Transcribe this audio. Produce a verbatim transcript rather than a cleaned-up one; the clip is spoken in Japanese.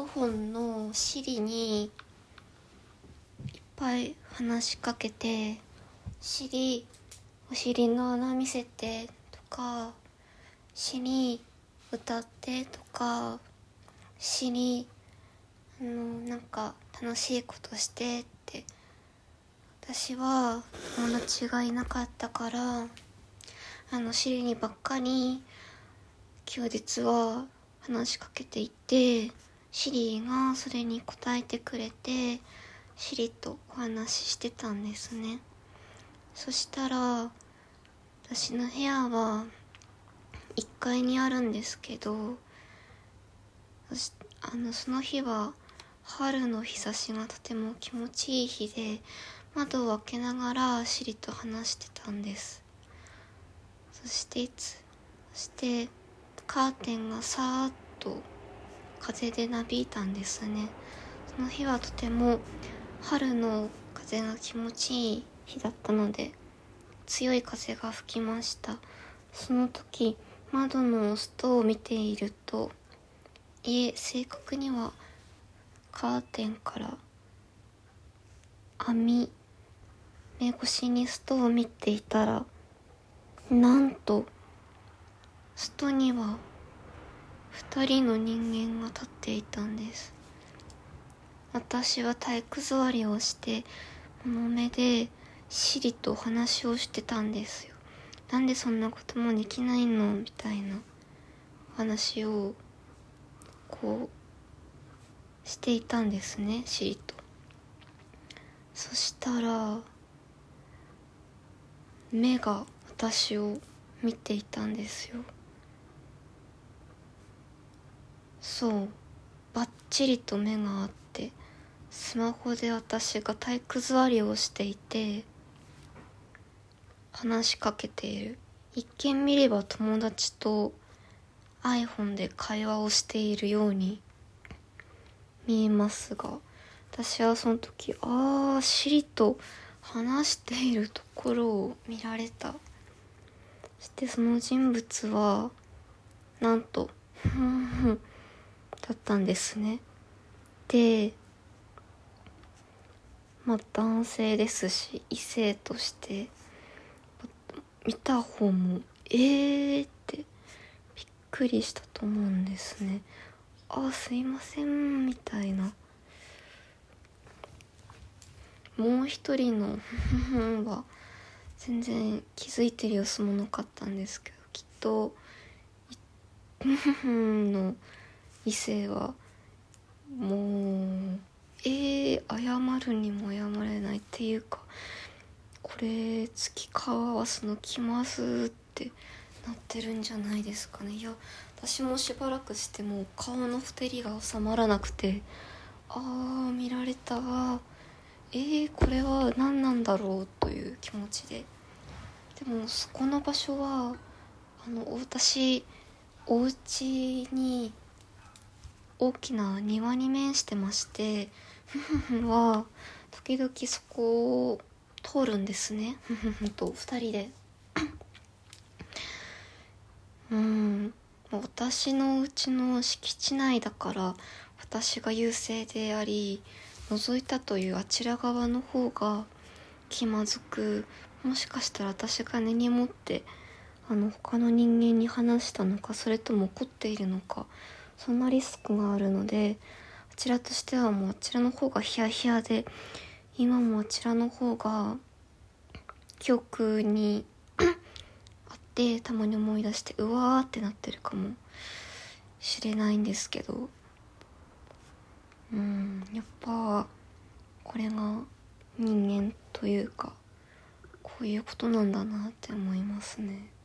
iPhone の Siri にいっぱい話しかけて、Siri お尻の穴見せてとか、Siri 歌ってとか、Siri あのなんか楽しいことしてって。私は友達がいなかったから、あの Siri にばっかり休日は話しかけていて、Siri がそれに答えてくれて、Siri とお話ししてたんですね。そしたら私の部屋はいっかいにあるんですけど、あのその日は春の日差しがとても気持ちいい日で、窓を開けながらSiriと話してたんです。そしていつそしてカーテンがさーっと風でなびいたんですね。その日はとても春の風が気持ちいい日だったので、強い風が吹きました。その時窓の外を見ていると、いえ正確にはカーテンから網目越しに外を見ていたら、なんと外には二人の人間が立っていたんです。私は体育座りをして物目でSiriと話をしてたんですよ。なんでそんなこともできないのみたいな話をこうしていたんですね、Siriと。そしたら目が私を見ていたんですよ。そう、バッチリと目があって、スマホで私が体育座りをしていて話しかけている。一見見れば友達と iPhone で会話をしているように見えますが、私はその時、あー、Siriと話しているところを見られた。そしてその人物はなんとだったんですね。で、まあ男性ですし、異性として見た方もえーってびっくりしたと思うんですね。あ、すいませんみたいな。もう一人のは全然気づいてる様子もなかったんですけど、きっとの異性はもうえー、謝るにも謝れないっていうか、これ月顔合わすの来ますってなってるんじゃないですかね。いや、私もしばらくしても顔のほてりが収まらなくて、あー見られた、えー、これは何なんだろうという気持ちで。でもそこの場所はあの私お家に大きな庭に面してまして、夫婦は時々そこを通るんですね、夫婦と二人で。うん私のうちの敷地内だから私が優勢であり、覗いたというあちら側の方が気まずく、もしかしたら私が根に持ってあの他の人間に話したのか、それとも怒っているのか、そんなリスクがあるので、あちらとしてはもうあちらの方がヒヤヒヤで、今もあちらの方が記憶にあってたまに思い出してうわーってなってるかもしれないんですけど、うんやっぱこれが人間というかこういうことなんだなって思いますね。